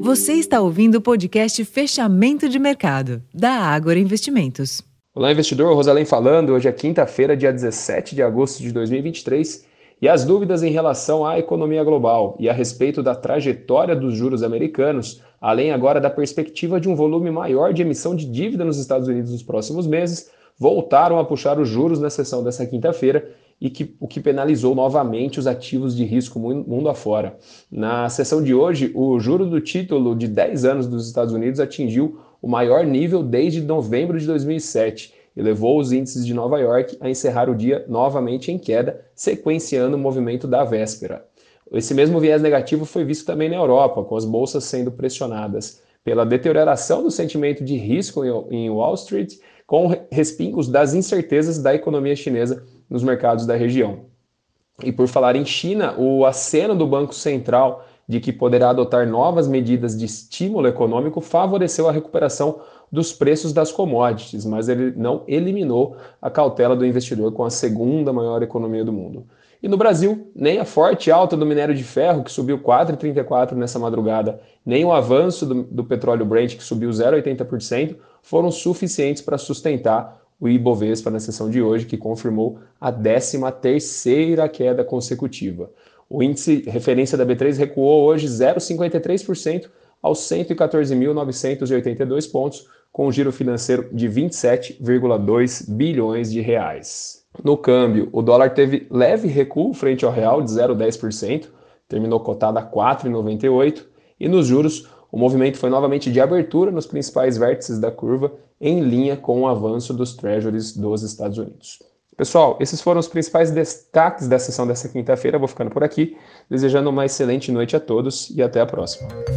Você está ouvindo o podcast Fechamento de Mercado, da Ágora Investimentos. Olá, investidor. Rosalém falando. Hoje é quinta-feira, dia 17 de agosto de 2023. E as dúvidas em relação à economia global e a respeito da trajetória dos juros americanos, além agora da perspectiva de um volume maior de emissão de dívida nos Estados Unidos nos próximos meses, voltaram a puxar os juros na sessão dessa quinta-feira o que penalizou novamente os ativos de risco mundo afora. Na sessão de hoje, o juro do título de 10 anos dos Estados Unidos atingiu o maior nível desde novembro de 2007 e levou os índices de Nova York a encerrar o dia novamente em queda, sequenciando o movimento da véspera. Esse mesmo viés negativo foi visto também na Europa, com as bolsas sendo pressionadas pela deterioração do sentimento de risco em Wall Street, com respingos das incertezas da economia chinesa nos mercados da região. E por falar em China, o aceno do Banco Central de que poderá adotar novas medidas de estímulo econômico favoreceu a recuperação dos preços das commodities, mas ele não eliminou a cautela do investidor com a segunda maior economia do mundo. E no Brasil, nem a forte alta do minério de ferro, que subiu 4,34% nessa madrugada, nem o avanço do petróleo Brent, que subiu 0,80%, foram suficientes para sustentar o Ibovespa na sessão de hoje, que confirmou a 13ª queda consecutiva. O índice referência da B3 recuou hoje 0,53% aos 114.982 pontos, com um giro financeiro de 27,2 bilhões de reais. No câmbio, o dólar teve leve recuo frente ao real de 0,10%, terminou cotado a 4,98, e nos juros, o movimento foi novamente de abertura nos principais vértices da curva, em linha com o avanço dos treasuries dos Estados Unidos. Pessoal, esses foram os principais destaques da sessão dessa quinta-feira. Vou ficando por aqui, desejando uma excelente noite a todos e até a próxima.